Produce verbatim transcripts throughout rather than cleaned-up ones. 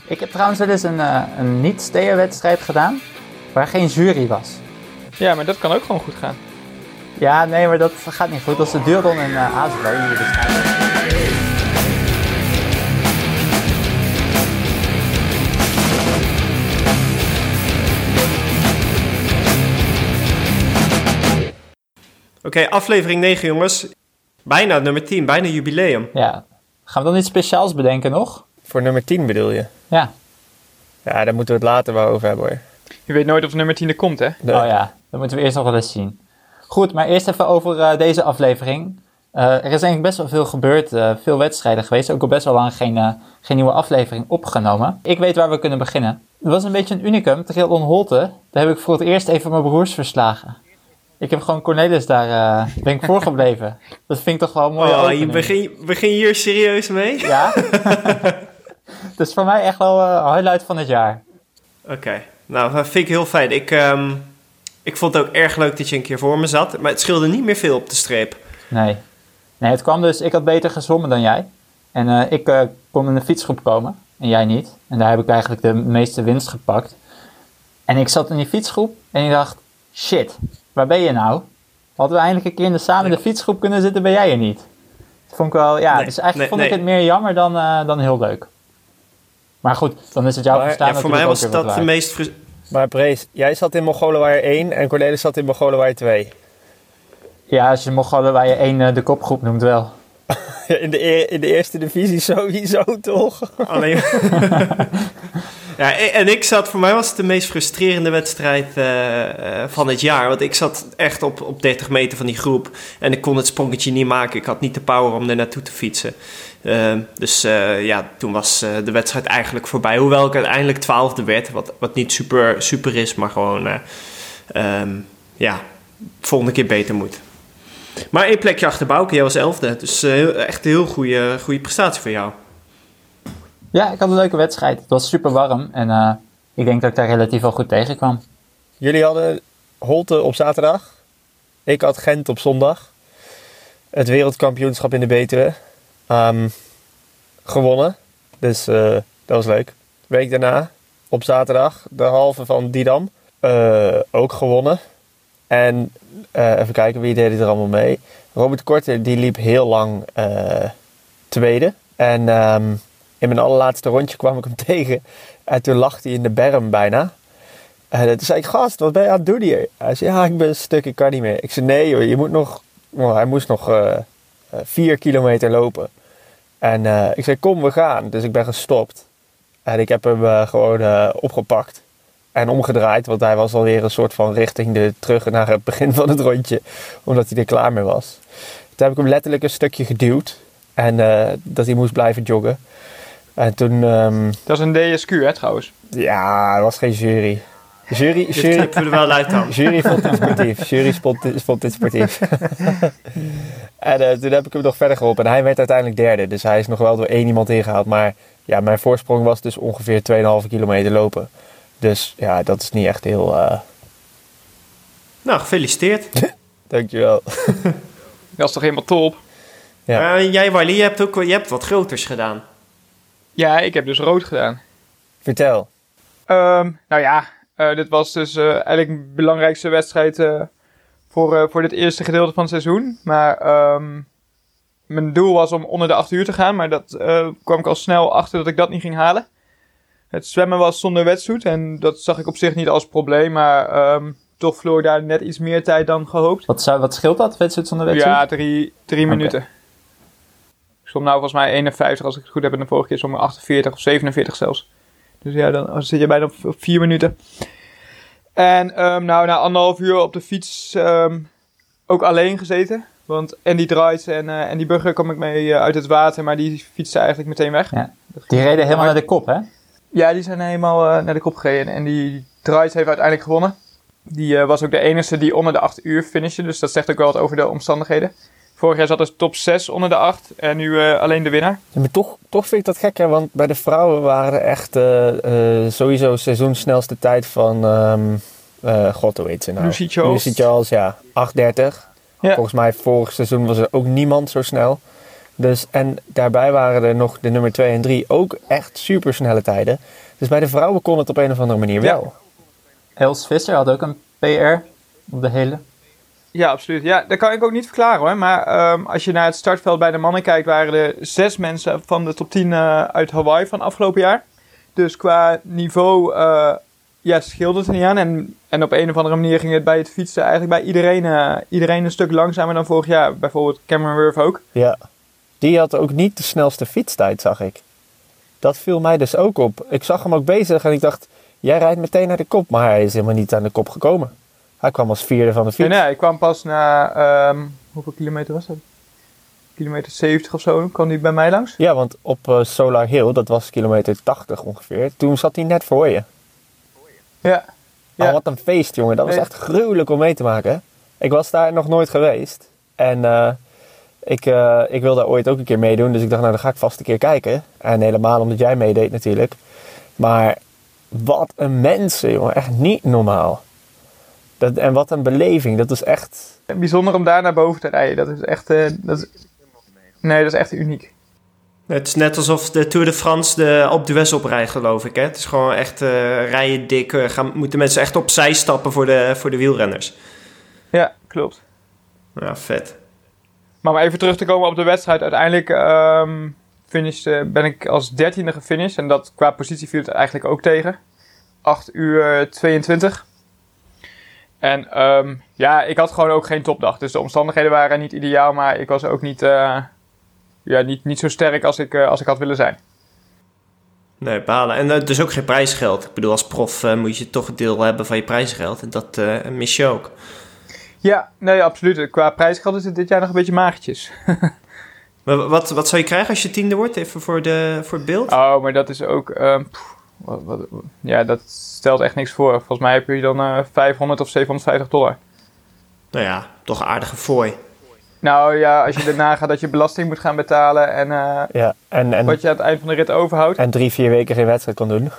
Ik heb trouwens wel eens een, uh, een niet-steerwedstrijd gedaan waar geen jury was. Ja, maar dat kan ook gewoon goed gaan. Ja, nee, maar dat gaat niet goed. Dat is de duurron en uh, Azerbaï hier waarschijnlijk. Oké, okay, aflevering negen jongens. Bijna nummer tien, bijna jubileum. Ja, gaan we dan iets speciaals bedenken nog? Voor nummer tien bedoel je? Ja. Ja, daar moeten we het later wel over hebben hoor. Je weet nooit of nummer tien er komt, hè? Nee. Oh ja, dat moeten we eerst nog wel eens zien. Goed, maar eerst even over uh, deze aflevering. Uh, er is eigenlijk best wel veel gebeurd, uh, veel wedstrijden geweest. Ook al best wel lang geen, uh, geen nieuwe aflevering opgenomen. Ik weet waar we kunnen beginnen. Het was een beetje een unicum, Triathlon Holte. Daar heb ik voor het eerst even mijn broers verslagen. Ik heb gewoon Cornelis daar, uh, ben ik voorgebleven. Dat vind ik toch wel een mooie Oh, je begin, begin je hier serieus mee? Ja. Dat is voor mij echt wel een uh, highlight van het jaar. Oké, okay. Nou, dat vind ik heel fijn. Ik, um, ik vond het ook erg leuk dat je een keer voor me zat. Maar het scheelde niet meer veel op de streep. Nee. Nee, het kwam dus, ik had beter gezwommen dan jij. En uh, ik uh, kon in de fietsgroep komen en jij niet. En daar heb ik eigenlijk de meeste winst gepakt. En ik zat in die fietsgroep en ik dacht, shit, waar ben je nou? Hadden we eindelijk een keer in de, samen in de fietsgroep kunnen zitten, ben jij er niet. Dat vond ik wel, ja, nee, dus eigenlijk nee, vond nee. ik het meer jammer dan, uh, dan heel leuk. Maar goed, dan is het jouw verstaan ja, voor mij was dat de meest... Frus- maar Prees, jij zat in Mongolenwire één en Cornelis zat in Mongolenwire twee. Ja, als je Mongolenwire één uh, de kopgroep noemt wel. in, de e- in de eerste divisie sowieso, toch? Alleen... ja, en ik zat, voor mij was het de meest frustrerende wedstrijd uh, uh, van het jaar. Want ik zat echt op, op dertig meter van die groep. En ik kon het sprongetje niet maken. Ik had niet de power om er naartoe te fietsen. Uh, dus uh, ja, toen was uh, de wedstrijd eigenlijk voorbij. Hoewel ik uiteindelijk twaalfde werd. Wat, wat niet super, super is, maar gewoon... Uh, um, ja, volgende keer beter moet. Maar één plekje achter Bouke, jij was elfde. Dus uh, echt een heel goede, goede prestatie voor jou. Ja, ik had een leuke wedstrijd. Het was super warm en uh, ik denk dat ik daar relatief wel goed tegen kwam. Jullie hadden Holte op zaterdag. Ik had Gent op zondag. Het wereldkampioenschap in de Betuwe. Um, gewonnen. Dus uh, dat was leuk. Week daarna, op zaterdag, de halve van Didam. Uh, ook gewonnen. En uh, even kijken, wie deed er allemaal mee? Robert Korte, die liep heel lang uh, tweede. En um, in mijn allerlaatste rondje kwam ik hem tegen. En toen lag hij in de berm bijna. En toen zei ik, gast, wat ben je aan het doen hier? Hij zei, ja, ik ben een stuk, ik kan niet meer. Ik zei, nee joh, je moet nog... Oh, hij moest nog uh, vier kilometer lopen. En uh, ik zei, kom, we gaan. Dus ik ben gestopt. En ik heb hem uh, gewoon uh, opgepakt. En omgedraaid, want hij was alweer een soort van richting de terug naar het begin van het rondje. Omdat hij er klaar mee was. Toen heb ik hem letterlijk een stukje geduwd. En uh, dat hij moest blijven joggen. En toen... Um... Dat is een D S Q, hè, trouwens? Ja, dat was geen jury. Jury, jury, knippen we er wel uit dan. Jury vond dit sportief. Jury vond dit sportief. En uh, toen heb ik hem nog verder geholpen. En hij werd uiteindelijk derde. Dus hij is nog wel door één iemand ingehaald. Maar ja, mijn voorsprong was dus ongeveer twee komma vijf kilometer lopen. Dus ja, dat is niet echt heel... Uh... Nou, gefeliciteerd. Dankjewel. Dat is toch helemaal top? Ja. Uh, jij, Wally, je hebt ook je hebt wat groters gedaan. Ja, ik heb dus rood gedaan. Vertel. Um, nou ja, uh, dit was dus uh, eigenlijk de belangrijkste wedstrijd uh, voor, uh, voor dit eerste gedeelte van het seizoen. Maar um, mijn doel was om onder de acht uur te gaan, maar dat uh, kwam ik al snel achter dat ik dat niet ging halen. Het zwemmen was zonder wetsuit en dat zag ik op zich niet als probleem, maar um, toch verloor ik daar net iets meer tijd dan gehoopt. Wat, zou, wat scheelt dat, wetsuit zonder wetsuit? Ja, drie, drie okay. minuten. Ik stond nou volgens mij eenenvijftig als ik het goed heb en de vorige keer stond ik achtenveertig of zevenenveertig zelfs. Dus ja, dan zit je bijna op, op vier minuten. En um, nou, na anderhalf uur op de fiets um, ook alleen gezeten. Want Andy Draait en uh, Andy Burger kwam ik mee uh, uit het water, maar die fietste eigenlijk meteen weg. Ja. Die reden helemaal naar de kop, hè? Ja, die zijn helemaal uh, naar de kop gereden. En die Draait heeft uiteindelijk gewonnen. Die uh, was ook de enige die onder de acht uur finishte. Dus dat zegt ook wel wat over de omstandigheden. Vorig jaar zat dus top zes onder de acht. En nu uh, alleen de winnaar. Ja, maar toch, toch vind ik dat gekker. Want bij de vrouwen waren er echt uh, uh, sowieso seizoensnelste tijd van... Um, uh, God, hoe heet ze nou? Lucy Charles. Lucy Charles, ja. acht dertig. Ja. Volgens mij vorig seizoen was er ook niemand zo snel. Dus, en daarbij waren er nog de nummer twee en drie ook echt super snelle tijden. Dus bij de vrouwen kon het op een of andere manier wel. Ja. Els Visser had ook een P R op de hele. Ja, absoluut. Ja, dat kan ik ook niet verklaren hoor. Maar um, als je naar het startveld bij de mannen kijkt, waren er zes mensen van de top tien uh, uit Hawaii van afgelopen jaar. Dus qua niveau uh, ja, scheelde het er niet aan. En, en op een of andere manier ging het bij het fietsen eigenlijk bij iedereen, uh, iedereen een stuk langzamer dan vorig jaar. Bijvoorbeeld Cameron Wurf ook. Ja, die had ook niet de snelste fietstijd, zag ik. Dat viel mij dus ook op. Ik zag hem ook bezig en ik dacht, jij rijdt meteen naar de kop. Maar hij is helemaal niet aan de kop gekomen. Hij kwam als vierde van de fiets. Nee, nee, ik kwam pas na, um, hoeveel kilometer was dat? Kilometer zeventig of zo, kwam hij bij mij langs. Ja, want op uh, Solar Hill, dat was kilometer tachtig ongeveer, toen zat hij net voor je. Ja. ja. Oh, wat een feest, jongen. Dat was Nee. echt gruwelijk om mee te maken. Ik was daar nog nooit geweest. En uh, ik, uh, ik wil daar ooit ook een keer meedoen. Dus ik dacht, nou, dan ga ik vast een keer kijken. En helemaal omdat jij meedeed natuurlijk. Maar wat een mensen, jongen. Echt niet normaal. Dat, en wat een beleving. Dat is echt... Bijzonder om daar naar boven te rijden. Dat is echt... Uh, dat is... Nee, dat is echt uniek. Het is net alsof de Tour de France de Alpe d'Huez oprijdt, geloof ik. Hè? Het is gewoon echt uh, rijden dik. Uh, gaan, moeten mensen echt opzij stappen voor de, voor de wielrenners. Ja, klopt. Ja, vet. Maar om even terug te komen op de wedstrijd. Uiteindelijk um, finish, uh, ben ik als dertiende gefinished. En dat qua positie viel het eigenlijk ook tegen. acht uur tweeëntwintig. En um, ja, ik had gewoon ook geen topdag. Dus de omstandigheden waren niet ideaal. Maar ik was ook niet, uh, ja, niet, niet zo sterk als ik, uh, als ik had willen zijn. Nee, balen. En uh, dus ook geen prijsgeld. Ik bedoel, als prof uh, moet je toch een deel hebben van je prijsgeld. En dat uh, mis je ook. Ja, nee, absoluut. Qua prijsgeld is het dit jaar nog een beetje magertjes. Maar wat, wat zou je krijgen als je tiende wordt? Even voor, de, voor het beeld. Oh, maar dat is ook... Um, pff, wat, wat, ja, dat stelt echt niks voor. Volgens mij heb je dan uh, vijfhonderd of zevenhonderdvijftig dollar. Nou ja, toch een aardige fooi. Nou ja, als je erna gaat dat je belasting moet gaan betalen en, uh, Ja, en, en, wat je aan het eind van de rit overhoudt. en drie, vier weken geen wedstrijd kon doen.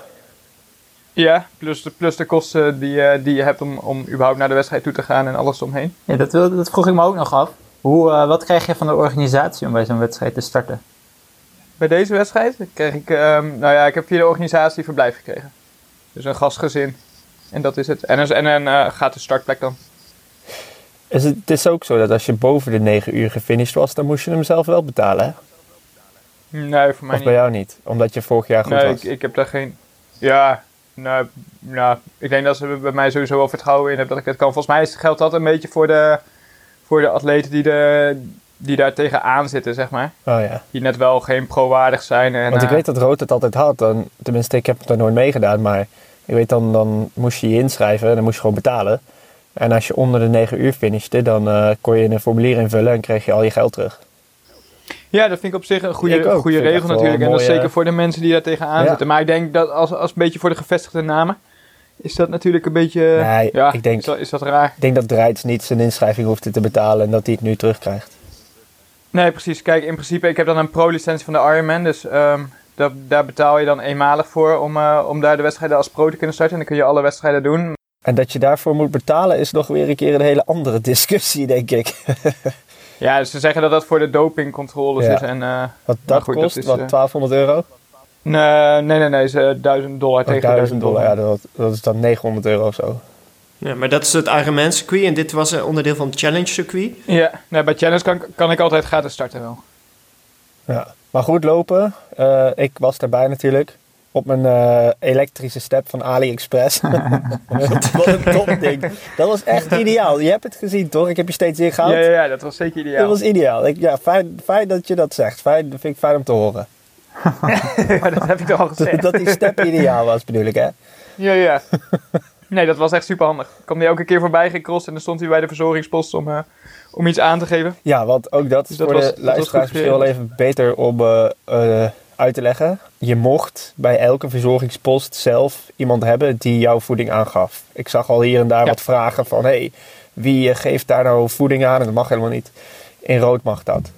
Ja, plus de, plus de kosten die, uh, die je hebt om, om überhaupt naar de wedstrijd toe te gaan en alles omheen. Ja, dat, wil, dat vroeg ik me ook nog af. Hoe, uh, wat krijg je van de organisatie om bij zo'n wedstrijd te starten? Bij deze wedstrijd kreeg ik, um, nou ja, ik heb via de organisatie verblijf gekregen. Dus een gastgezin. En dat is het. En, en een uh, gaat de startplek dan. Is het, het is ook zo dat als je boven de negen uur gefinished was, dan moest je hem zelf wel betalen, hè? Nee, voor mij Of niet. bij jou niet? Omdat je vorig jaar goed nee, was? ik, ik heb daar geen... Ja, nou, nou, ik denk dat ze bij mij sowieso wel vertrouwen in hebben dat ik het kan. Volgens mij geldt dat een beetje voor de, voor de atleten die, de, die daar tegenaan zitten, zeg maar. Oh ja. Die net wel geen pro-waardig zijn. En, Want ik uh, weet dat Rood het altijd had. Dan, tenminste, ik heb het er nooit meegedaan. Maar ik weet dan, dan moest je je inschrijven en dan moest je gewoon betalen. En als je onder de negen uur finishte, dan uh, kon je een formulier invullen en kreeg je al je geld terug. Ja, dat vind ik op zich een Ik goede, ook. goede Vind ik regel echt wel natuurlijk. En dat is mooi, zeker uh, voor de mensen die daar tegenaan ja. zitten. Maar ik denk dat als, als een beetje voor de gevestigde namen, is dat natuurlijk een beetje... Nee, ja, ik denk- is dat, is dat raar? Ik denk dat Dreitz niet zijn inschrijving hoefde te betalen en dat hij het nu terugkrijgt. Nee, precies. Kijk, in principe, ik heb dan een pro-licentie van de Ironman. Dus um, dat, daar betaal je dan eenmalig voor om, uh, om daar de wedstrijden als pro te kunnen starten. En dan kun je alle wedstrijden doen. En dat je daarvoor moet betalen is nog weer een keer een hele andere discussie, denk ik. Ja, dus ze zeggen dat dat voor de dopingcontroles Ja. is. En, uh, Wat dat goed, kost, dat is, wat uh, twaalfhonderd euro? nee, nee, nee, nee, is uh, duizend dollar Oh, tegen duizend duizend dollar, dollar. ja, dat, dat is dan negenhonderd euro of zo. Ja, maar dat is het Ironman circuit en dit was een onderdeel van het Challenge circuit. Ja, nee, bij Challenge kan, kan ik altijd gratis starten wel. Ja. Maar goed lopen, uh, ik was daarbij natuurlijk. Op mijn uh, elektrische step van AliExpress. Wat een top ding. Dat was echt ideaal. Je hebt het gezien toch? Ik heb je steeds ingehaald. Ja, ja, ja, dat was zeker ideaal. Dat was ideaal. Ik, ja, fijn, fijn dat je dat zegt. Fijn, dat vind ik fijn om te horen. Ja, dat heb ik toch al gezegd. Dat die step ideaal was bedoel ik, hè? Ja, ja. Nee, dat was echt super handig. Ik kwam die elke keer voorbij gecrossed en dan stond hij bij de verzorgingspost om, uh, om iets aan te geven. Ja, want ook dat is Dus dat voor was- de dat was luisteraars goed misschien wel geregeld. even beter om uh, uh, uit te leggen. Je mocht bij elke verzorgingspost zelf iemand hebben die jouw voeding aangaf. Ik zag al hier en daar Ja. wat vragen van, hé, hey, wie uh, geeft daar nou voeding aan? En dat mag helemaal niet. In rood mag dat.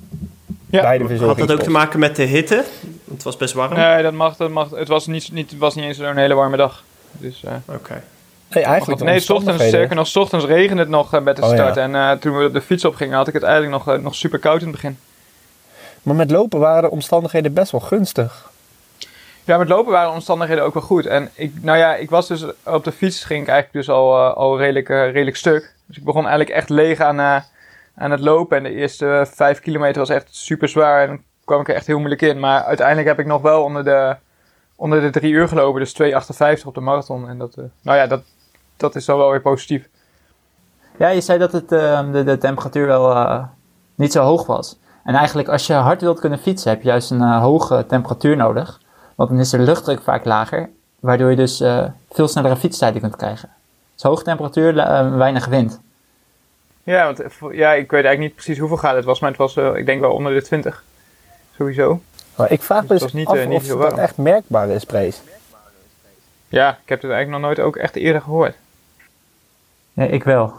Ja. Bij de Had dat verzorgingspost. ook te maken met de hitte? Want het was best warm. Nee, dat mag, dat mag. Het was niet, niet, het was niet eens zo'n hele warme dag. Dus, uh, Oké. Nee, eigenlijk de nee, 's ochtends, omstandigheden. sterker nog, 's ochtends regende het nog uh, met de Oh, start. ja. En uh, toen we op de fiets opgingen, had ik het eigenlijk nog, uh, nog super koud in het begin. Maar met lopen waren de omstandigheden best wel gunstig. Ja, met lopen waren de omstandigheden ook wel goed. En ik, nou ja, ik was dus op de fiets, ging ik eigenlijk dus al, uh, al redelijk, uh, redelijk stuk. Dus ik begon eigenlijk echt leeg aan, uh, aan het lopen. En de eerste uh, vijf kilometer was echt super zwaar. En dan kwam ik er echt heel moeilijk in. Maar uiteindelijk heb ik nog wel onder de, onder de drie uur gelopen. Dus twee achtenvijftig op de marathon. En dat, uh, nou ja, dat, dat is dan wel weer positief. Ja, je zei dat het, uh, de, de temperatuur wel uh, niet zo hoog was. En eigenlijk als je hard wilt kunnen fietsen, heb je juist een uh, hoge temperatuur nodig. Want dan is de luchtdruk vaak lager, waardoor je dus uh, veel snellere fietstijden kunt krijgen. Dus hoge temperatuur, uh, weinig wind. Ja, want ja, ik weet eigenlijk niet precies hoeveel graden het was, maar het was uh, ik denk wel onder de twintig. Sowieso. Maar ik vraag me dus dus niet, af uh, niet of heel dat warm. echt merkbaar is, Prees. Ja, ik heb het eigenlijk nog nooit ook echt eerder gehoord. Ja, ik wel.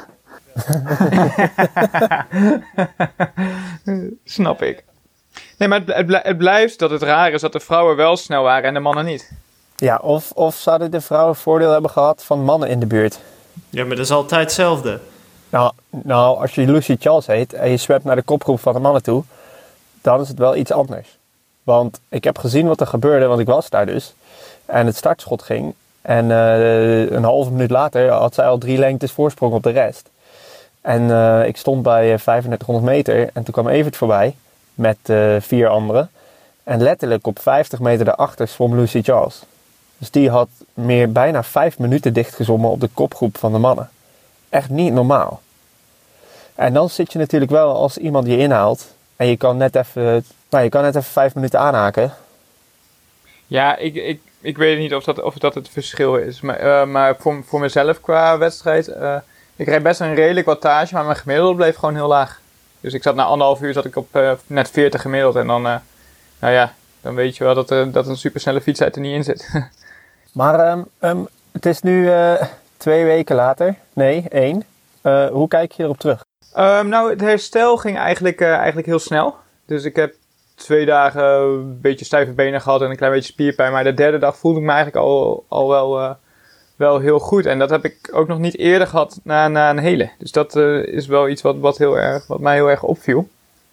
Snap ik. Nee, maar het, het, het blijft dat het raar is dat de vrouwen wel snel waren en de mannen niet. Ja, of, of zouden de vrouwen voordeel hebben gehad van mannen in de buurt? Ja, maar dat is altijd hetzelfde. Nou, nou als je Lucy Charles heet en je zwemt naar de kopgroep van de mannen toe, dan is het wel iets anders. Want ik heb gezien wat er gebeurde, want ik was daar dus. En het startschot ging. En uh, een halve minuut later had zij al drie lengtes voorsprong op de rest. En uh, ik stond bij vijfendertighonderd meter en toen kwam Evert voorbij met uh, vier anderen. En letterlijk op vijftig meter daarachter zwom Lucy Charles. Dus die had meer bijna vijf minuten dichtgezwommen op de kopgroep van de mannen. Echt niet normaal. En dan zit je natuurlijk wel als iemand je inhaalt en je kan net even, nou, je kan net even vijf minuten aanhaken. Ja, ik, ik, ik weet niet of dat, of dat het verschil is. Maar, uh, maar voor, voor mezelf qua wedstrijd, uh, ik reed best een redelijk wattage, maar mijn gemiddelde bleef gewoon heel laag. Dus ik zat na anderhalf uur zat ik op uh, net veertig gemiddeld. En dan, uh, nou ja, dan weet je wel dat, uh, dat een supersnelle fietsheid er niet in zit. Maar um, um, het is nu uh, twee weken later. Nee, één. Uh, hoe kijk je erop terug? Um, nou, het herstel ging eigenlijk, uh, eigenlijk heel snel. Dus ik heb twee dagen een beetje stijve benen gehad en een klein beetje spierpijn. Maar de derde dag voelde ik me eigenlijk al, al wel, uh, wel heel goed. En dat heb ik ook nog niet eerder gehad na, na een hele. Dus dat uh, is wel iets wat, wat, heel erg, wat mij heel erg opviel.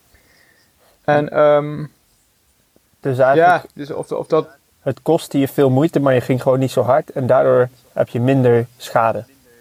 En um, Dus eigenlijk, ja, dus of, of dat... het kostte je veel moeite, maar je ging gewoon niet zo hard. En daardoor heb je minder schade.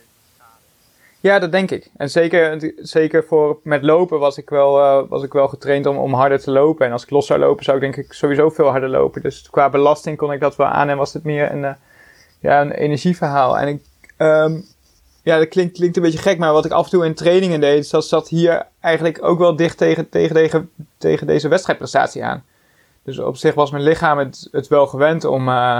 Ja, dat denk ik. En zeker, zeker voor met lopen was ik wel, uh, was ik wel getraind om, om harder te lopen. En als ik los zou lopen, zou ik denk ik sowieso veel harder lopen. Dus qua belasting kon ik dat wel aan en was het meer een, uh, ja, een energieverhaal. En ik, um, ja, dat klinkt, klinkt een beetje gek, maar wat ik af en toe in trainingen deed, dat zat hier eigenlijk ook wel dicht tegen, tegen, tegen, tegen deze wedstrijdprestatie aan. Dus op zich was mijn lichaam het, het wel gewend om... Uh,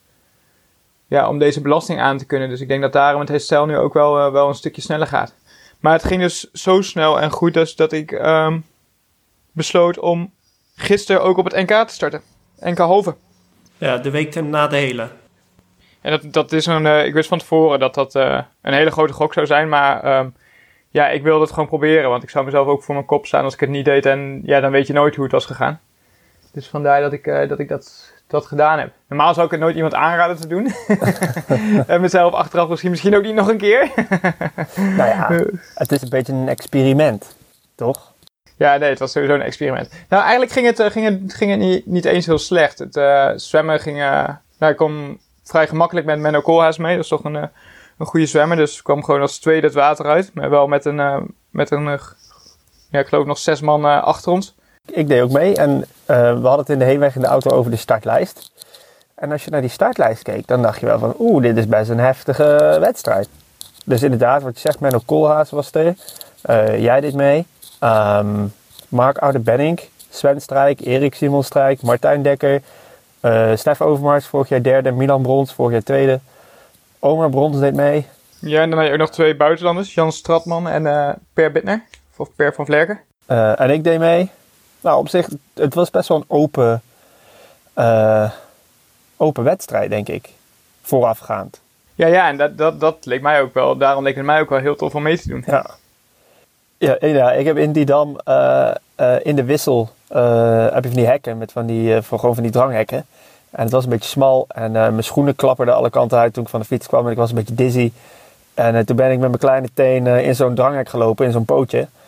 Ja, om deze belasting aan te kunnen. Dus ik denk dat daarom het herstel nu ook wel, uh, wel een stukje sneller gaat. Maar het ging dus zo snel en goed dus dat ik um, besloot om gisteren ook op het N K te starten. N K halve. Ja, de week na de hele. En dat, dat is een, uh, ik wist van tevoren dat dat uh, een hele grote gok zou zijn. Maar um, ja, ik wilde het gewoon proberen. Want ik zou mezelf ook voor mijn kop staan als ik het niet deed. En ja, dan weet je nooit hoe het was gegaan. Dus vandaar dat ik, uh, dat, ik dat... dat gedaan heb. Normaal zou ik het nooit iemand aanraden te doen. En mezelf achteraf misschien, misschien ook niet nog een keer. Nou ja, het is een beetje een experiment, toch? Ja, nee, het was sowieso een experiment. Nou, eigenlijk ging het, uh, ging het, ging het niet, niet eens heel slecht. Het uh, zwemmen ging... Uh, nou, ik kwam vrij gemakkelijk met Menno Koolhaas mee. Dat is toch een, uh, een goede zwemmer. Dus ik kwam gewoon als tweede het water uit. Maar wel met een... Uh, met een uh, ja, ik geloof nog zes man uh, achter ons. Ik deed ook mee en uh, we hadden het in de heenweg in de auto over de startlijst. En als je naar die startlijst keek, dan dacht je wel van... Oeh, dit is best een heftige wedstrijd. Dus inderdaad, wat je zegt, Menno Koolhaas was er. Uh, jij deed mee. Um, Mark Oude-Benning, Sven Strijk, Erik Simon Strijk, Martijn Dekker... Uh, Stef Overmars, vorig jaar derde. Milan Brons, vorig jaar tweede. Omar Brons deed mee. Ja, en dan had je ook nog twee buitenlanders. Jan Stratman en uh, Per Bittner. Of Per van Vlerken. Uh, en ik deed mee. Nou, op zich, het was best wel een open, uh, open wedstrijd, denk ik. Voorafgaand. Ja, ja, en dat, dat, dat leek mij ook wel. Daarom leek het mij ook wel heel tof om mee te doen. Ja, ja, ja ik heb in die dam, uh, uh, in de wissel, uh, heb je van die hekken, met van die, uh, voor, gewoon van die dranghekken. En het was een beetje smal en uh, mijn schoenen klapperden alle kanten uit toen ik van de fiets kwam. En ik was een beetje dizzy. En uh, toen ben ik met mijn kleine teen uh, in zo'n dranghek gelopen, in zo'n pootje.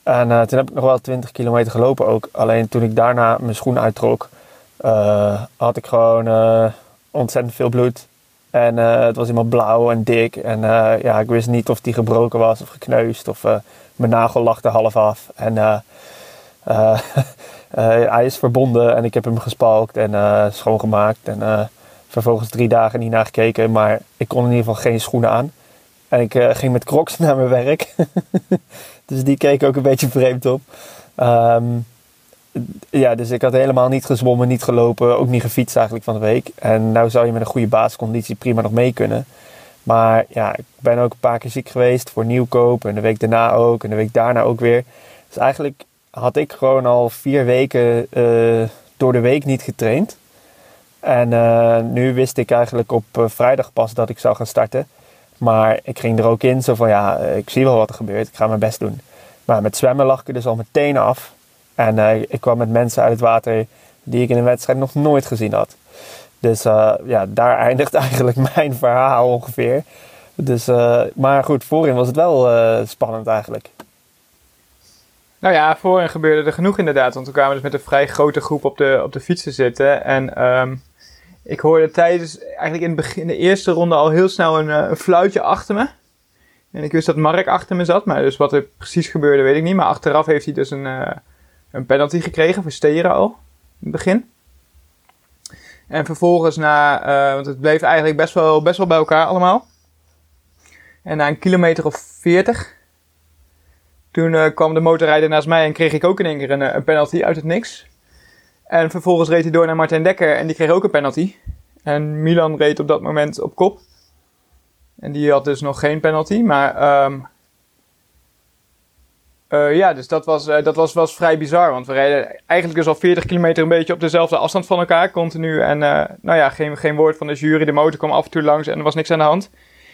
En uh, toen heb ik nog wel twintig kilometer gelopen ook. Alleen toen ik daarna mijn schoen uittrok, uh, had ik gewoon uh, ontzettend veel bloed. En uh, het was helemaal blauw en dik. En uh, ja, ik wist niet of die gebroken was of gekneusd. Of uh, mijn nagel lag er half af. En uh, uh, uh, hij is verbonden en ik heb hem gespalkt en uh, schoongemaakt. En uh, vervolgens drie dagen niet naar gekeken. Maar ik kon in ieder geval geen schoenen aan. En ik uh, ging met Crocs naar mijn werk. Dus die keek ook een beetje vreemd op. Um, ja, dus ik had helemaal niet gezwommen, niet gelopen, ook niet gefietst eigenlijk van de week. En nou zou je met een goede basisconditie prima nog mee kunnen. Maar ja, ik ben ook een paar keer ziek geweest voor Nieuwkoop. En de week daarna ook. En de week daarna ook weer. Dus eigenlijk had ik gewoon al vier weken uh, door de week niet getraind. En uh, nu wist ik eigenlijk op uh, vrijdag pas dat ik zou gaan starten. Maar ik ging er ook in zo van, ja, ik zie wel wat er gebeurt. Ik ga mijn best doen. Maar met zwemmen lag ik er dus al meteen af. En uh, ik kwam met mensen uit het water die ik in een wedstrijd nog nooit gezien had. Dus uh, ja, daar eindigt eigenlijk mijn verhaal ongeveer. Dus, uh, maar goed, voorin was het wel uh, spannend eigenlijk. Nou ja, voorin gebeurde er genoeg inderdaad. Want we kwamen dus met een vrij grote groep op de, op de fiets te zitten. En um, ik hoorde tijdens, eigenlijk in, het begin, in de eerste ronde al heel snel een, een fluitje achter me. En ik wist dat Mark achter me zat. Maar dus wat er precies gebeurde weet ik niet. Maar achteraf heeft hij dus een, uh, een penalty gekregen voor steren al. In het begin. En vervolgens na, uh, want het bleef eigenlijk best wel, best wel bij elkaar allemaal. En na een kilometer of veertig, toen uh, kwam de motorrijder naast mij en kreeg ik ook in één keer een, een penalty uit het niks. En vervolgens reed hij door naar Martijn Dekker en die kreeg ook een penalty. En Milan reed op dat moment op kop. En die had dus nog geen penalty, maar um, uh, ja, dus dat was, uh, dat was, was vrij bizar. Want we reden eigenlijk dus al veertig kilometer een beetje op dezelfde afstand van elkaar, continu. En uh, nou ja, geen, geen woord van de jury, de motor kwam af en toe langs en er was niks aan de hand.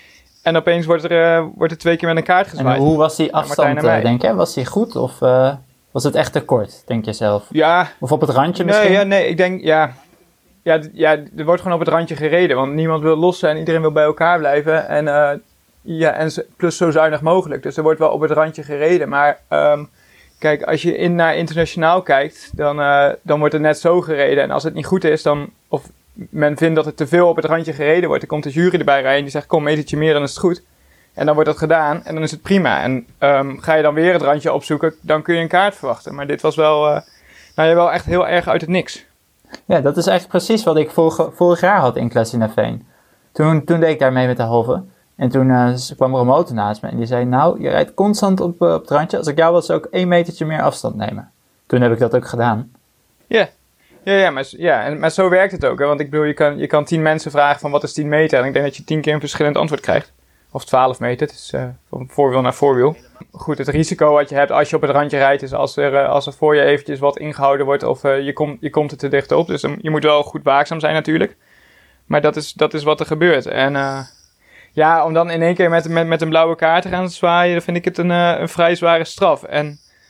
En opeens wordt er, uh, wordt er twee keer met een kaart gezwaaid. En hoe was die afstand, uh, denk je? Was die goed of uh, was het echt te kort, denk je zelf? Ja. Of op het randje nee, misschien? Ja, nee, ik denk, ja, ja, ja, er wordt gewoon op het randje gereden. Want niemand wil lossen en iedereen wil bij elkaar blijven. En, uh, ja, en plus zo zuinig mogelijk. Dus er wordt wel op het randje gereden. Maar um, kijk, als je in naar internationaal kijkt, dan, uh, dan wordt er net zo gereden. En als het niet goed is, dan, of men vindt dat het te veel op het randje gereden wordt, dan komt de jury erbij rijden en die zegt, kom, metertje meer, dan is het goed. En dan wordt dat gedaan en dan is het prima. En um, ga je dan weer het randje opzoeken, dan kun je een kaart verwachten. Maar dit was wel, uh, nou ja, wel echt heel erg uit het niks. Ja, dat is eigenlijk precies wat ik vorig, vorig jaar had in Klessinaveen. Toen, toen deed ik daarmee met de halve. En toen uh, kwam er een motor naast me en die zei, nou, je rijdt constant op, uh, op het randje. Als ik jou was, zou ik één metertje meer afstand nemen. Toen heb ik dat ook gedaan. Ja. Yeah. Ja, ja, maar, ja en, maar zo werkt het ook. Hè? Want ik bedoel, je kan, je kan tien mensen vragen van wat is tien meter. En ik denk dat je tien keer een verschillend antwoord krijgt. Of twaalf meter, het is uh, van voorwiel naar voorwiel. Goed, het risico wat je hebt als je op het randje rijdt is als er, uh, als er voor je eventjes wat ingehouden wordt of uh, je, kom, je komt er te dicht op. Dus um, je moet wel goed waakzaam zijn natuurlijk. Maar dat is, dat is wat er gebeurt. En uh, ja, om dan in één keer met, met, met een blauwe kaart te gaan zwaaien, dan vind ik het een, uh, een vrij zware straf. En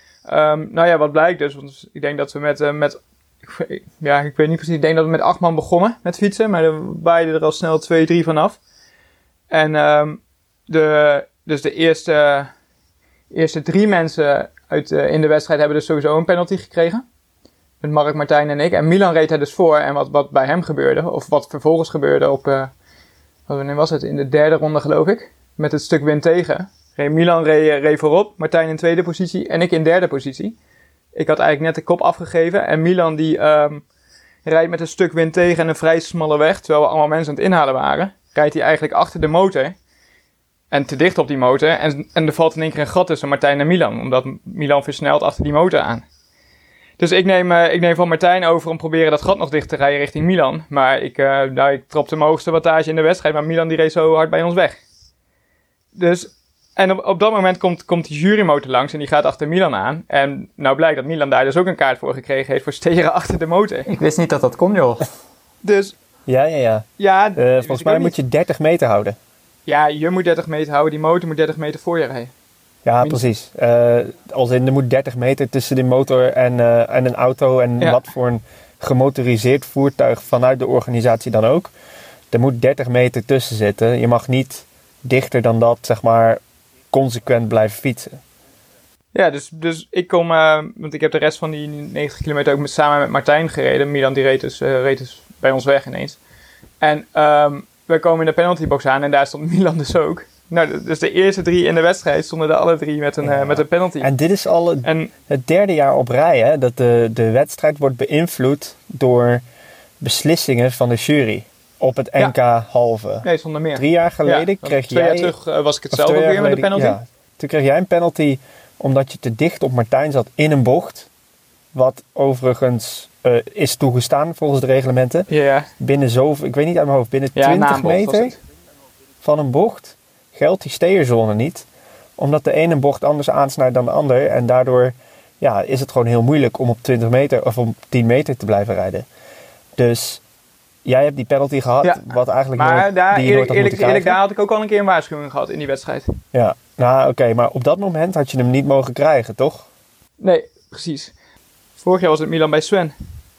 um, nou ja, wat blijkt dus, want ik denk dat we met... Uh, met ja, ik weet niet precies. Ik denk dat we met acht man begonnen met fietsen. Maar er waaiden er al snel twee, drie vanaf. En um, de, dus de eerste, eerste drie mensen uit, uh, in de wedstrijd hebben dus sowieso een penalty gekregen. Met Mark, Martijn en ik. En Milan reed er dus voor. En wat, wat bij hem gebeurde, of wat vervolgens gebeurde op, uh, wanneer was het? In de derde ronde geloof ik. Met het stuk wind tegen. Reed Milan reed, reed voorop. Martijn in tweede positie. En ik in derde positie. Ik had eigenlijk net de kop afgegeven. En Milan die um, rijdt met een stuk wind tegen en een vrij smalle weg. Terwijl we allemaal mensen aan het inhalen waren. Rijdt hij eigenlijk achter de motor. En te dicht op die motor. En, en er valt in één keer een gat tussen Martijn en Milan. Omdat Milan versnelt achter die motor aan. Dus ik neem, uh, ik neem van Martijn over om proberen dat gat nog dicht te rijden richting Milan. Maar ik, uh, nou, ik trapte mijn hoogste wattage in de wedstrijd. Maar Milan die reed zo hard bij ons weg. Dus... En op, op dat moment komt, komt die jurymotor langs en die gaat achter Milan aan. En nou blijkt dat Milan daar dus ook een kaart voor gekregen heeft voor steren achter de motor. Ik wist niet dat dat kon, joh. Dus... Ja, ja, ja. ja uh, volgens mij moet je dertig meter houden. Ja, je moet dertig meter houden, die motor moet dertig meter voor je rijden. Ja, Min- precies. Uh, als in, er moet dertig meter tussen de motor en, uh, en een auto en ja. Wat voor een gemotoriseerd voertuig vanuit de organisatie dan ook. Er moet dertig meter tussen zitten. Je mag niet dichter dan dat, zeg maar... consequent blijven fietsen. Ja, dus, dus ik kom, uh, want ik heb de rest van die negentig kilometer ook met, samen met Martijn gereden. Milan die reed dus, uh, reed dus bij ons weg ineens. En um, we komen in de penaltybox aan en daar stond Milan dus ook. Nou, dus de eerste drie in de wedstrijd stonden er alle drie met een, ja. uh, met een penalty. En dit is al het, en, het derde jaar op rij, hè, dat de, de wedstrijd wordt beïnvloed door beslissingen van de jury op het N K ja. halve. Nee, zonder meer. Drie jaar geleden ja, kreeg twee jij... Twee jaar terug uh, was ik hetzelfde weer geleden, met de penalty. Ja, toen kreeg jij een penalty omdat je te dicht op Martijn zat in een bocht. Wat overigens uh, is toegestaan volgens de reglementen. Ja. Binnen zoveel, ik weet niet uit mijn hoofd, binnen ja, twintig meter van een bocht geldt die steerzone niet. Omdat de ene bocht anders aansnijdt dan de ander. En daardoor ja, is het gewoon heel moeilijk om op twintig meter of op tien meter te blijven rijden. Dus jij hebt die penalty gehad, ja. wat eigenlijk maar nooit, daar, die je eerlijk, nooit had eerlijk, eerlijk, daar had ik ook al een keer een waarschuwing gehad in die wedstrijd. Ja, nou oké, okay, maar op dat moment had je hem niet mogen krijgen, toch? Nee, precies. Vorig jaar was het Milan bij Sven.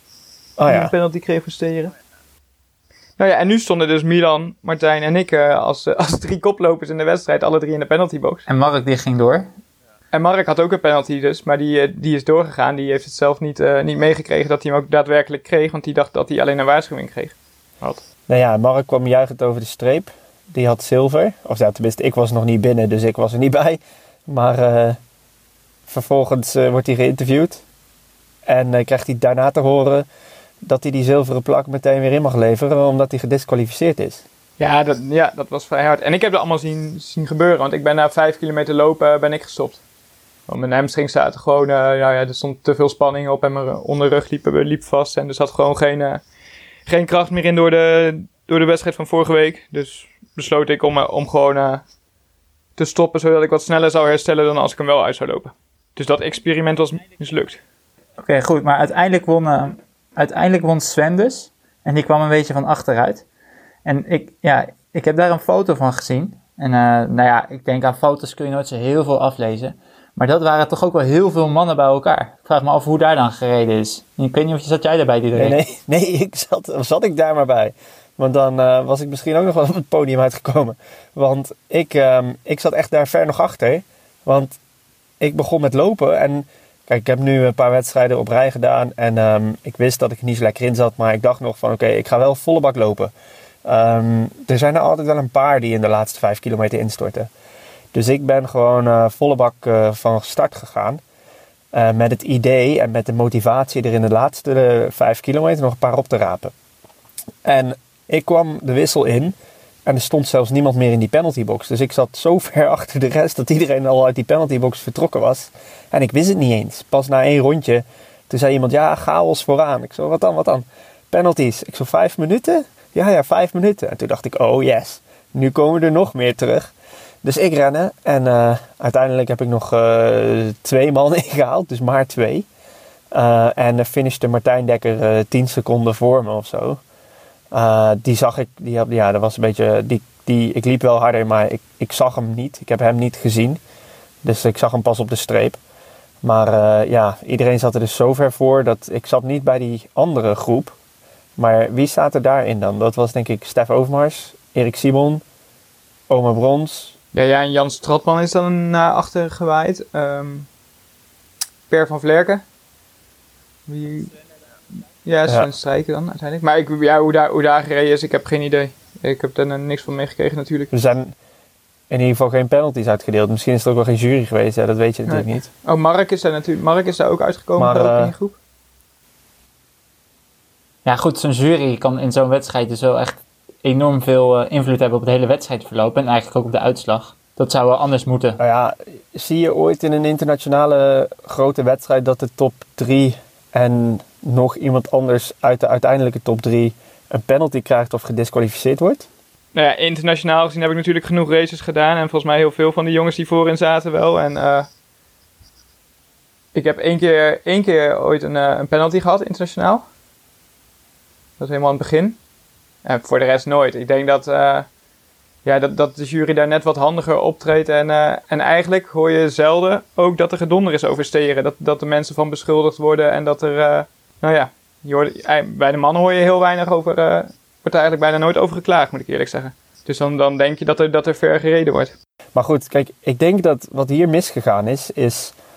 Oh die ja. een penalty kreeg voor steren. Nou ja, en nu stonden dus Milan, Martijn en ik uh, als, uh, als drie koplopers in de wedstrijd, alle drie in de penaltybox. En Mark die ging door. En Mark had ook een penalty dus, maar die, uh, die is doorgegaan. Die heeft het zelf niet, uh, niet meegekregen dat hij hem ook daadwerkelijk kreeg, want die dacht dat hij alleen een waarschuwing kreeg. Wat? Nou ja, Mark kwam juichend over de streep. Die had zilver. Of ja, tenminste, ik was nog niet binnen, dus ik was er niet bij. Maar uh, vervolgens uh, wordt hij geïnterviewd. En uh, krijgt hij daarna te horen dat hij die zilveren plak meteen weer in mag leveren, omdat hij gedisqualificeerd is. Ja dat, ja, dat was vrij hard. En ik heb dat allemaal zien, zien gebeuren, want ik ben na vijf kilometer lopen ben ik gestopt. Want mijn hamstring zaten gewoon, uh, ja, ja, er stond te veel spanning op en mijn onderrug liep, liep vast. En er zat gewoon geen, uh, geen kracht meer in door de, door de wedstrijd van vorige week. Dus besloot ik om, uh, om gewoon uh, te stoppen, zodat ik wat sneller zou herstellen dan als ik hem wel uit zou lopen. Dus dat experiment was mislukt. Oké, okay, goed. Maar uiteindelijk won, uh, uiteindelijk won Sven dus. En die kwam een beetje van achteruit. En ik, ja, ik heb daar een foto van gezien. En uh, nou ja, ik denk aan foto's kun je nooit zo heel veel aflezen. Maar dat waren toch ook wel heel veel mannen bij elkaar. Ik vraag me af hoe daar dan gereden is. Ik weet niet of je, zat jij daarbij die nee, nee, nee, ik zat, zat ik daar maar bij. Want dan uh, was ik misschien ook nog wel op het podium uitgekomen. Want ik, um, ik zat echt daar ver nog achter. Want ik begon met lopen en... Kijk, ik heb nu een paar wedstrijden op rij gedaan en um, ik wist dat ik er niet zo lekker in zat. Maar ik dacht nog van oké, okay, ik ga wel volle bak lopen. Um, er zijn er altijd wel een paar die in de laatste vijf kilometer instorten. Dus ik ben gewoon uh, volle bak uh, van start gegaan. Uh, met het idee en met de motivatie er in de laatste uh, vijf kilometer nog een paar op te rapen. En ik kwam de wissel in. En er stond zelfs niemand meer in die penaltybox. Dus ik zat zo ver achter de rest dat iedereen al uit die penaltybox vertrokken was. En ik wist het niet eens. Pas na één rondje, toen zei iemand, ja, chaos vooraan. Ik zo, wat dan, wat dan? Penalties. Ik zo, vijf minuten? Ja, ja, vijf minuten. En toen dacht ik, oh yes, nu komen er nog meer terug. Dus ik rennen en uh, uiteindelijk heb ik nog uh, twee man ingehaald, dus maar twee. Uh, en uh, finishte Martijn Dekker uh, tien seconden voor me of zo. Uh, die zag ik, die had, ja, dat was een beetje, die, die, ik liep wel harder, maar ik, ik zag hem niet. Ik heb hem niet gezien. Dus ik zag hem pas op de streep. Maar uh, ja, iedereen zat er dus zo ver voor dat ik zat niet bij die andere groep. Maar wie staat er daarin dan? Dat was denk ik Stef Overmars, Erik Simon, Oma Brons. Ja, ja, en Jan Stratman is dan naar achter gewaaid. Um, Per van Vlerken. Wie... Ja, Sven ja. Strijken dan uiteindelijk. Maar ik, ja, hoe, daar, hoe daar gereden is, ik heb geen idee. Ik heb er niks van meegekregen natuurlijk. Er zijn in ieder geval geen penalties uitgedeeld. Misschien is er ook wel geen jury geweest, ja, dat weet je natuurlijk nee. niet. Oh, Mark is daar natuurlijk. Mark is daar ook uitgekomen maar, uh, in die groep. Ja, goed, zo'n jury kan in zo'n wedstrijd dus wel echt enorm veel uh, invloed hebben op het hele wedstrijdverloop en eigenlijk ook op de uitslag. Dat zou wel anders moeten. Nou ja, zie je ooit in een internationale grote wedstrijd dat de top drie en nog iemand anders uit de uiteindelijke top drie een penalty krijgt of gedisqualificeerd wordt? Nou ja, internationaal gezien heb ik natuurlijk genoeg races gedaan en volgens mij heel veel van die jongens die voorin zaten wel. En uh, ik heb één keer, één keer ooit een, uh, een penalty gehad internationaal. Dat was helemaal aan het begin. En voor de rest nooit. Ik denk dat, uh, ja, dat, dat de jury daar net wat handiger optreedt. En, uh, en eigenlijk hoor je zelden ook dat er gedonder is over steren. Dat, dat er mensen van beschuldigd worden. En dat er, uh, nou ja, je hoort, bij de mannen hoor je heel weinig over. Uh, wordt er eigenlijk bijna nooit over geklaagd, moet ik eerlijk zeggen. Dus dan, dan denk je dat er, dat er ver gereden wordt. Maar goed, kijk, ik denk dat wat hier misgegaan is, is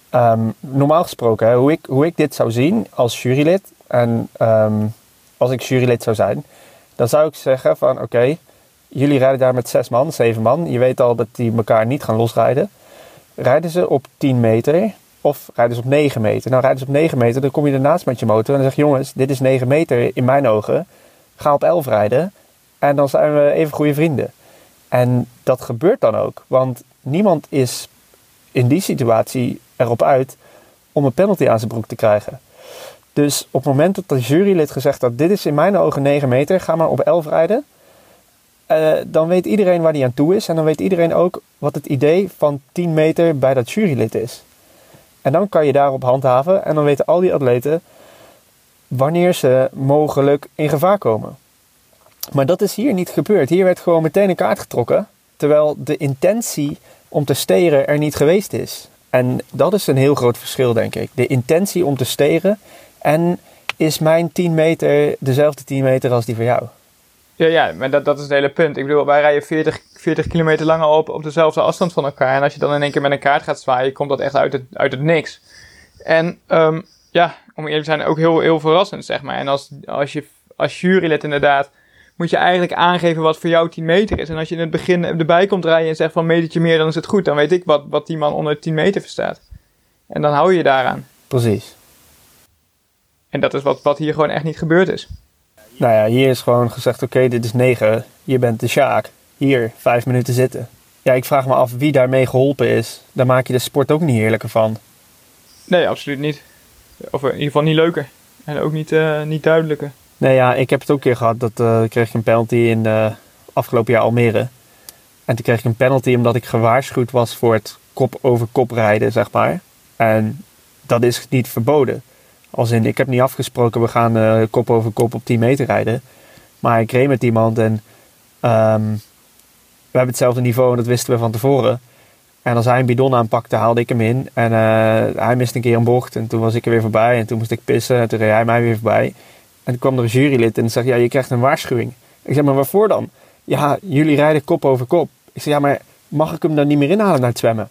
Um, normaal gesproken, hè, hoe, ik, hoe ik dit zou zien als jurylid... en um, als ik jurylid zou zijn... dan zou ik zeggen van oké... Okay, jullie rijden daar met zes man, zeven man. Je weet al dat die elkaar niet gaan losrijden. Rijden ze op tien meter of rijden ze op negen meter? Nou, rijden ze op negen meter, dan kom je ernaast met je motor... en dan zeg je, jongens, dit is negen meter in mijn ogen. Ga op elf rijden en dan zijn we even goede vrienden. En dat gebeurt dan ook. Want niemand is in die situatie erop uit... om een penalty aan zijn broek te krijgen. Dus op het moment dat de jurylid gezegd had... dit is in mijn ogen negen meter, ga maar op elf rijden... Uh, dan weet iedereen waar die aan toe is. En dan weet iedereen ook wat het idee van tien meter bij dat jurylid is. En dan kan je daarop handhaven. En dan weten al die atleten wanneer ze mogelijk in gevaar komen. Maar dat is hier niet gebeurd. Hier werd gewoon meteen een kaart getrokken. Terwijl de intentie om te steren er niet geweest is. En dat is een heel groot verschil, denk ik. De intentie om te steren. En is mijn tien meter dezelfde tien meter als die van jou? Ja, ja, maar dat, dat is het hele punt. Ik bedoel, wij rijden veertig, veertig kilometer lang al op, op dezelfde afstand van elkaar. En als je dan in één keer met een kaart gaat zwaaien, komt dat echt uit het, uit het niks. En um, ja, om eerlijk te zijn, ook heel, heel verrassend, zeg maar. En als, als je als jurylid inderdaad, moet je eigenlijk aangeven wat voor jou tien meter is. En als je in het begin erbij komt rijden en zegt van metertje meer, dan is het goed. Dan weet ik wat, wat die man onder tien meter verstaat. En dan hou je je daaraan. Precies. En dat is wat, wat hier gewoon echt niet gebeurd is. Nou ja, hier is gewoon gezegd, oké, okay, dit is negen. Je bent de Sjaak. Hier, vijf minuten zitten. Ja, ik vraag me af wie daarmee geholpen is. Daar maak je de sport ook niet eerlijker van. Nee, absoluut niet. Of in ieder geval niet leuker. En ook niet, uh, niet duidelijker. Nee, ja, ik heb het ook een keer gehad. Dat uh, kreeg ik een penalty in uh, afgelopen jaar Almere. En toen kreeg ik een penalty omdat ik gewaarschuwd was voor het kop over kop rijden, zeg maar. En dat is niet verboden. Als in, ik heb niet afgesproken, we gaan uh, kop over kop op tien meter rijden. Maar ik reed met iemand en um, we hebben hetzelfde niveau en dat wisten we van tevoren. En als hij een bidon aanpakte, haalde ik hem in. En uh, hij miste een keer een bocht en toen was ik er weer voorbij. En toen moest ik pissen en toen reed hij mij weer voorbij. En toen kwam er een jurylid en zei, ja, je krijgt een waarschuwing. Ik zeg, maar waarvoor dan? Ja, jullie rijden kop over kop. Ik zeg, ja, maar mag ik hem dan niet meer inhalen naar het zwemmen?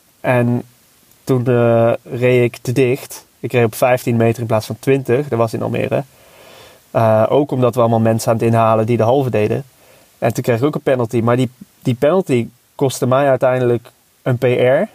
En toen uh, reed ik te dicht. Ik reed op vijftien meter in plaats van twintig. Dat was in Almere. Uh, ook omdat we allemaal mensen aan het inhalen die de halve deden. En toen kreeg ik ook een penalty. Maar die, die penalty kostte mij uiteindelijk een P R.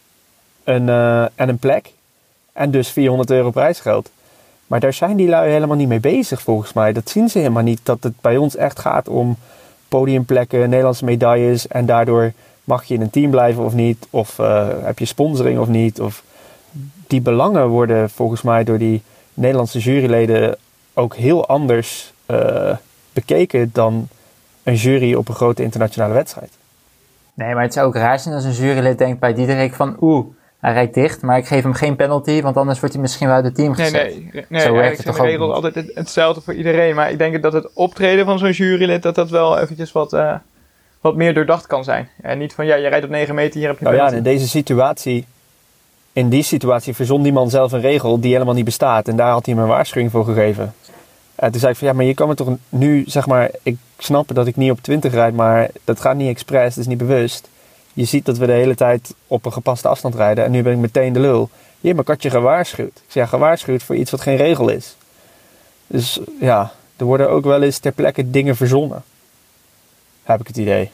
Een, uh, en een plek. En dus vierhonderd euro prijsgeld. Maar daar zijn die lui helemaal niet mee bezig volgens mij. Dat zien ze helemaal niet. Dat het bij ons echt gaat om podiumplekken, Nederlandse medailles. En daardoor mag je in een team blijven of niet. Of uh, heb je sponsoring of niet. Of die belangen worden volgens mij door die Nederlandse juryleden ook heel anders uh, bekeken dan een jury op een grote internationale wedstrijd. Nee, maar het zou ook raar zijn als een jurylid denkt bij Diederik van oeh, hij rijdt dicht, maar ik geef hem geen penalty, want anders wordt hij misschien wel uit het team gezet. Nee, nee, nee. Zo nee werkt het toch ook de regels niet. altijd hetzelfde voor iedereen, maar ik denk dat het optreden van zo'n jurylid, dat dat wel eventjes wat, uh, wat meer doordacht kan zijn. En niet van, ja, je rijdt op negen meter, hier heb je een nou penalty. ja, in deze situatie, in die situatie verzon die man zelf een regel die helemaal niet bestaat. En daar had hij me een waarschuwing voor gegeven. En toen zei ik van, ja, maar je kan me toch nu, zeg maar, ik snap dat ik niet op twintig rijd, maar dat gaat niet expres, dat is niet bewust. Je ziet dat we de hele tijd op een gepaste afstand rijden en nu ben ik meteen de lul. Ja, maar ik had je gewaarschuwd. Ik zei, ja, gewaarschuwd voor iets wat geen regel is. Dus ja, er worden ook wel eens ter plekke dingen verzonnen. Heb ik het idee.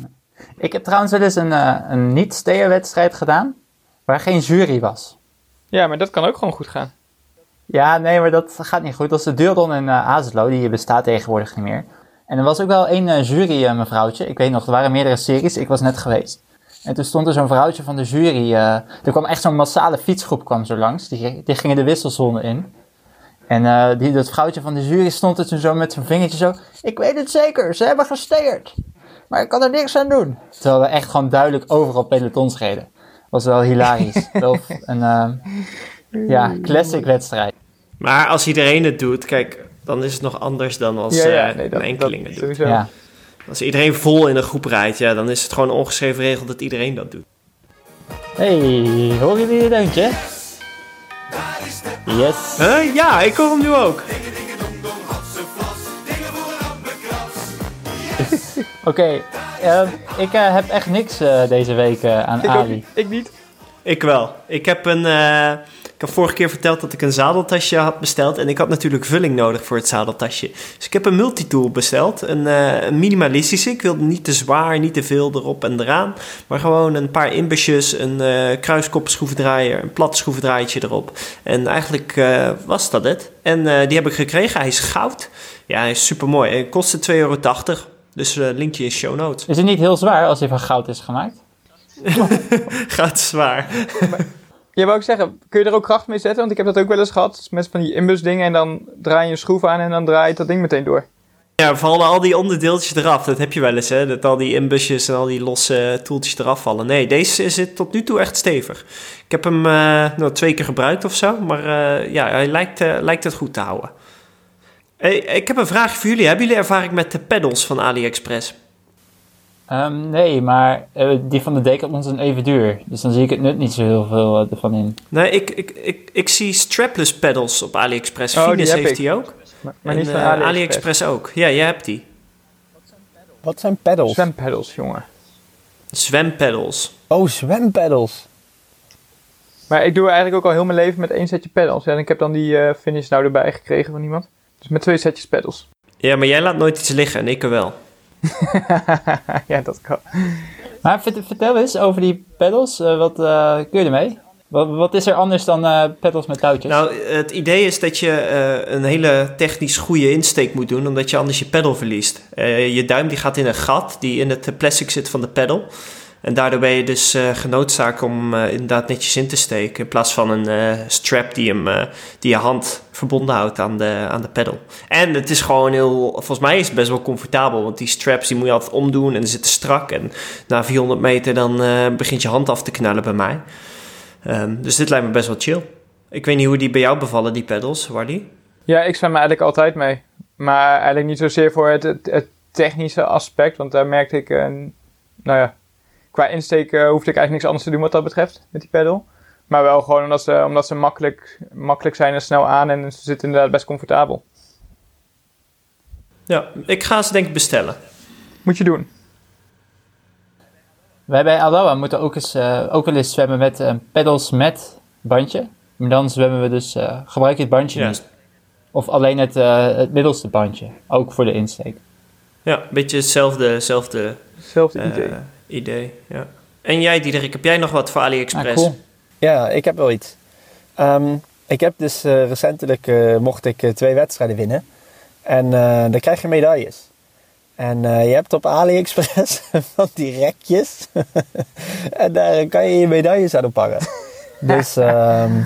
Ik heb trouwens wel eens een, uh, een niet-steerwedstrijd gedaan, waar geen jury was. Ja, maar dat kan ook gewoon goed gaan. Ja, nee, maar dat gaat niet goed. Dat is de Duurdon in uh, Azelo, die bestaat tegenwoordig niet meer. En er was ook wel één uh, jury, uh, mevrouwtje. Ik weet nog, er waren meerdere series. Ik was net geweest. En toen stond er zo'n vrouwtje van de jury. Uh, er kwam echt zo'n massale fietsgroep kwam zo langs. Die, die gingen de wisselzone in. En uh, die, dat vrouwtje van de jury stond er toen zo met zijn vingertje zo. Ik weet het zeker, ze hebben gesteerd. Maar ik kan er niks aan doen. Terwijl we echt gewoon duidelijk overal pelotons reden. Was wel hilarisch. Wel een uh, ja, classic wedstrijd. Maar als iedereen het doet, kijk, dan is het nog anders dan als Ja, ja, uh, nee, dat- een enkeling dat het doet. sowieso. Ja. Als iedereen vol in een groep rijdt, ja, dan is het gewoon een ongeschreven regel dat iedereen dat doet. Hey, horen jullie het deuntje? Yes. Huh? Ja, ik hoor hem nu ook. Oké, okay, uh, ik uh, heb echt niks uh, deze week uh, aan Ik, ook Ali. niet, ik niet. Ik wel. Ik heb een... Uh, ik heb vorige keer verteld dat ik een zadeltasje had besteld. En ik had natuurlijk vulling nodig voor het zadeltasje. Dus ik heb een multitool besteld. Een, uh, een minimalistische. Ik wilde niet te zwaar, niet te veel erop en eraan. Maar gewoon een paar inbusjes, een uh, kruiskopschroevendraaier, een plat schroevendraaiertje erop. En eigenlijk uh, was dat het. En uh, die heb ik gekregen. Hij is goud. Ja, hij is super mooi. Hij kostte twee euro tachtig. Dus uh, linkje in show notes. Is het niet heel zwaar als hij van goud is gemaakt? Gaat zwaar. Maar, ja, wou ik zeggen, kun je er ook kracht mee zetten? Want ik heb dat ook wel eens gehad. Met van die inbusdingen en dan draai je een schroef aan en dan draait dat ding meteen door. Ja, vallen al die onderdeeltjes eraf. Dat heb je wel eens, hè. Dat al die inbusjes en al die losse toeltjes eraf vallen. Nee, deze zit tot nu toe echt stevig. Ik heb hem uh, nou, twee keer gebruikt of zo. Maar uh, ja, hij lijkt, uh, lijkt het goed te houden. Hey, ik heb een vraag voor jullie. Hebben jullie ervaring met de pedals van AliExpress? Um, nee, maar uh, die van de Decathlon zijn even duur. Dus dan zie ik het nut niet zo heel veel uh, ervan in. Nee, ik, ik, ik, ik zie strapless pedals op AliExpress. Oh, Venus die heeft ik. die ook. Maar, maar en, niet van uh, AliExpress. AliExpress ook. Ja, jij hebt die. Wat zijn pedals? Zwempaddles, jongen. Zwempedals. Oh, zwempaddles. Maar ik doe eigenlijk ook al heel mijn leven met één setje pedals. Ja, en ik heb dan die uh, finish nou erbij gekregen van iemand. Dus met twee setjes pedals. Ja, maar jij laat nooit iets liggen en ik er wel. Ja, dat kan. Maar vertel eens over die pedals. Uh, wat uh, kun je ermee? Wat, wat is er anders dan uh, pedals met touwtjes? Nou, het idee is dat je uh, een hele technisch goede insteek moet doen, omdat je anders je pedal verliest. Uh, je duim die gaat in een gat die in het plastic zit van de pedal. En daardoor ben je dus uh, genoodzaakt om uh, inderdaad netjes in te steken. In plaats van een uh, strap die, hem, uh, die je hand verbonden houdt aan de, aan de pedal. En het is gewoon heel... Volgens mij is het best wel comfortabel. Want die straps die moet je altijd omdoen en ze zitten strak. En na vierhonderd meter dan uh, begint je hand af te knallen bij mij. Um, dus dit lijkt me best wel chill. Ik weet niet hoe die bij jou bevallen, die pedals, Wardy. Ja, ik zwem er eigenlijk altijd mee. Maar eigenlijk niet zozeer voor het, het, het technische aspect. Want daar merkte ik... Uh, nou ja... Qua insteek uh, hoefde ik eigenlijk niks anders te doen wat dat betreft, met die pedal. Maar wel gewoon omdat ze, omdat ze makkelijk, makkelijk zijn en snel aan en ze zitten inderdaad best comfortabel. Ja, ik ga ze denk ik bestellen. Moet je doen. Wij bij Aloha moeten ook, eens, uh, ook wel eens zwemmen met uh, pedals met bandje. Maar dan zwemmen we dus, uh, gebruik je het bandje Ja. niet. Of alleen het, uh, het middelste bandje, ook voor de insteek. Ja, een beetje hetzelfde, hetzelfde Hetzelfde uh, idee. idee. Ja. En jij, Diederik, heb jij nog wat voor AliExpress? Ah, cool. Ja, ik heb wel iets. Um, ik heb dus uh, recentelijk uh, mocht ik uh, twee wedstrijden winnen. En uh, dan krijg je medailles. En uh, je hebt op AliExpress van die rekjes. En daar kan je je medailles aan ophangen. Dus, um...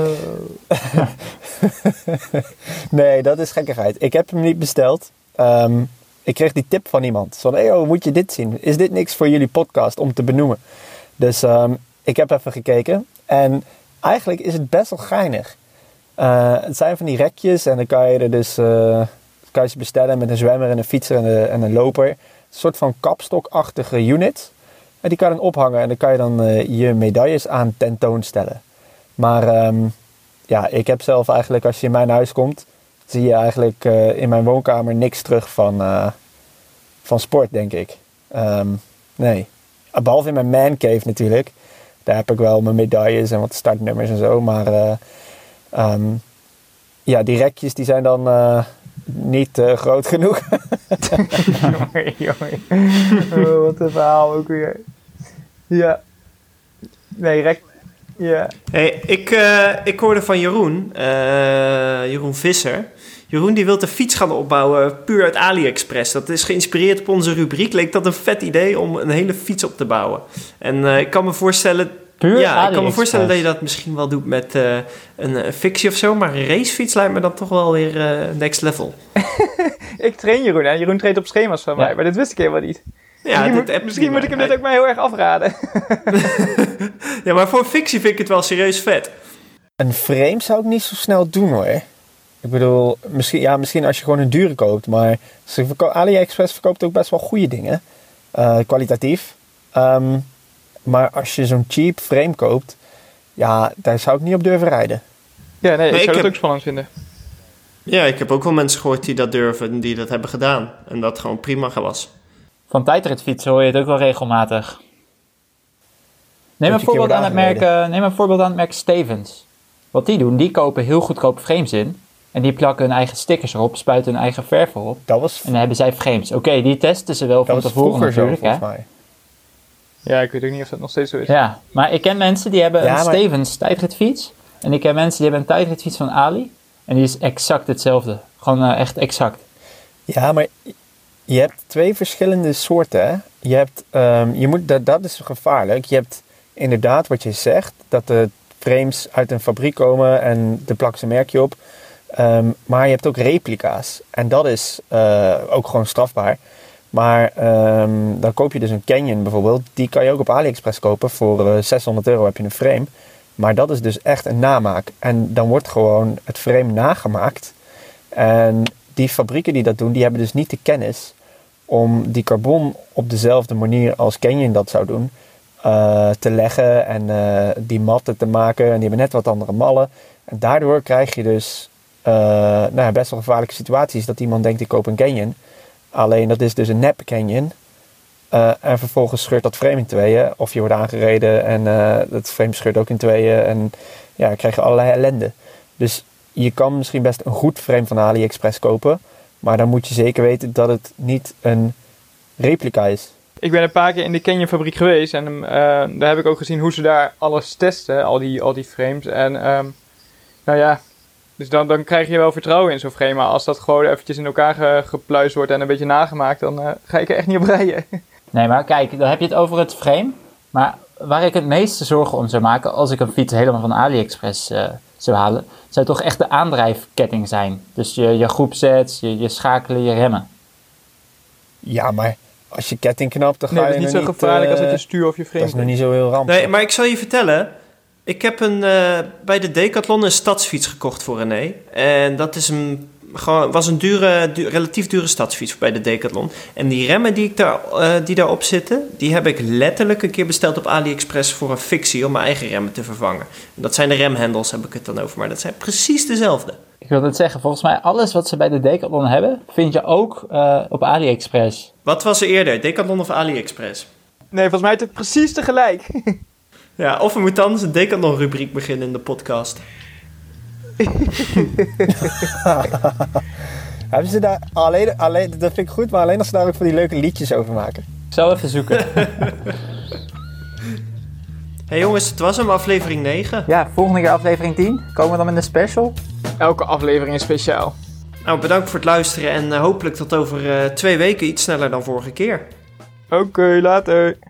nee, dat is gekkigheid. Ik heb hem niet besteld. Um, ik kreeg die tip van iemand. Van, hey, oh, moet je dit zien? Is dit niks voor jullie podcast om te benoemen? Dus um, ik heb even gekeken. En eigenlijk is het best wel geinig. Uh, het zijn van die rekjes. En dan kan je er dus... Uh, kan je ze bestellen met een zwemmer en een fietser en een, en een loper. Een soort van kapstokachtige unit. En die kan je dan ophangen. En dan kan je dan uh, je medailles aan tentoonstellen. Maar um, ja, ik heb zelf eigenlijk, als je in mijn huis komt... zie je eigenlijk uh, in mijn woonkamer niks terug van, uh, van sport, denk ik. Um, nee. Behalve in mijn man cave natuurlijk. Daar heb ik wel mijn medailles en wat startnummers en zo. Maar uh, um, ja, die rekjes die zijn dan uh, niet uh, groot genoeg. jongen, jongen. Oh, wat een verhaal ook weer. Ja. Nee, rek... Ja. Hey, ik, uh, ik hoorde van Jeroen, uh, Jeroen Visser. Jeroen die wil de fiets gaan opbouwen puur uit AliExpress. Dat is geïnspireerd op onze rubriek. Leek dat een vet idee om een hele fiets op te bouwen. En uh, ik kan me voorstellen... Puur ja, ik kan me AliExpress. voorstellen dat je dat misschien wel doet met uh, een, een fictie of zo. Maar een racefiets lijkt me dan toch wel weer uh, next level. Ik train Jeroen, hè. Jeroen traint op schema's van Ja. mij. Maar dit wist ik helemaal niet. Ja, misschien dit moet, app misschien niet, moet ik hem maar dit ook maar heel erg afraden. Ja, maar voor een fictie vind ik het wel serieus vet. Een frame zou ik niet zo snel doen, hoor. Ik bedoel, misschien, ja, misschien als je gewoon een dure koopt. Maar ze verko- AliExpress verkoopt ook best wel goede dingen. Uh, kwalitatief. Um, maar als je zo'n cheap frame koopt... ja, daar zou ik niet op durven rijden. Ja, nee, ik ik zou heb- dat ook spannend vinden. Ja, ik heb ook wel mensen gehoord die dat durven en die dat hebben gedaan. En dat gewoon prima was. Van tijdritfietsen hoor je het ook wel regelmatig. Neem een, keer voorbeeld worden aan het merk, aangereden. uh, neem een voorbeeld aan het merk Stevens. Wat die doen, die kopen heel goedkope frames in. En die plakken hun eigen stickers erop, spuiten hun eigen verf erop. Dat was, En dan hebben zij frames. Oké, okay, die testen ze wel dat van was tevoren vroeger zo, natuurlijk. volgens Hè? mij. Ja, ik weet ook niet of dat nog steeds zo is. Ja, maar ik ken mensen die hebben Ja, een maar- Stevens tijdritfiets. En ik ken mensen die hebben een tijdritfiets van Ali. En die is exact hetzelfde. Gewoon uh, echt exact. Ja, maar je hebt twee verschillende soorten. Hè? Je hebt, um, je moet, dat, dat is gevaarlijk. Je hebt inderdaad wat je zegt, dat de frames uit een fabriek komen en er plakken ze een merkje op. Um, maar je hebt ook replica's. En dat is uh, ook gewoon strafbaar. Maar um, dan koop je dus een Canyon bijvoorbeeld. Die kan je ook op AliExpress kopen. Voor uh, zeshonderd euro heb je een frame. Maar dat is dus echt een namaak. En dan wordt gewoon het frame nagemaakt. En die fabrieken die dat doen, die hebben dus niet de kennis om die carbon op dezelfde manier als Canyon dat zou doen, uh, te leggen en uh, die matten te maken. En die hebben net wat andere mallen. En daardoor krijg je dus uh, nou ja, best wel gevaarlijke situaties dat iemand denkt ik koop een Canyon. Alleen dat is dus een nep Canyon. Uh, en vervolgens scheurt dat frame in tweeën. Of je wordt aangereden en uh, dat frame scheurt ook in tweeën. En ja, dan krijg je allerlei ellende. Dus je kan misschien best een goed frame van AliExpress kopen. Maar dan moet je zeker weten dat het niet een replica is. Ik ben een paar keer in de Canyon fabriek geweest. En uh, daar heb ik ook gezien hoe ze daar alles testen. Al die, al die frames. En um, nou ja, dus dan, dan krijg je wel vertrouwen in zo'n frame. Maar als dat gewoon eventjes in elkaar ge, gepluist wordt en een beetje nagemaakt, dan uh, ga ik er echt niet op rijden. Nee, maar kijk, dan heb je het over het frame. Maar waar ik het meeste zorgen om zou maken als ik een fiets helemaal van AliExpress uh, zou halen, zou toch echt de aandrijfketting zijn. Dus je, je groepsets, je, je schakelen, je remmen. Ja, maar als je ketting knapt, dan ga Nee, dat je is niet nog zo gevaarlijk uh, als het je stuur of je frame. Dat is nog niet zo heel rampzalig. Nee, maar ik zal je vertellen. Ik heb een, uh, bij de Decathlon een stadsfiets gekocht voor René. En dat is een, gewoon, was een dure, du- relatief dure stadsfiets bij de Decathlon. En die remmen die, ik daar, uh, die daarop zitten, die heb ik letterlijk een keer besteld op AliExpress voor een fictie om mijn eigen remmen te vervangen. En dat zijn de remhendels, heb ik het dan over. Maar dat zijn precies dezelfde. Ik wil het zeggen, volgens mij alles wat ze bij de Decathlon hebben, vind je ook uh, op AliExpress. Wat was er eerder, Decathlon of AliExpress? Nee, volgens mij is het precies tegelijk. Ja, of we moeten anders een Decathlon-rubriek beginnen in de podcast. Hebben ze daar alleen, alleen, dat vind ik goed, maar alleen als ze daar ook van die leuke liedjes over maken. Ik zal even zoeken. Hey jongens, het was hem, aflevering negen. Ja, volgende keer aflevering tien. Komen we dan met een special? Elke aflevering is speciaal. Nou, bedankt voor het luisteren en uh, hopelijk tot over uh, twee weken iets sneller dan vorige keer. Oké, okay, later.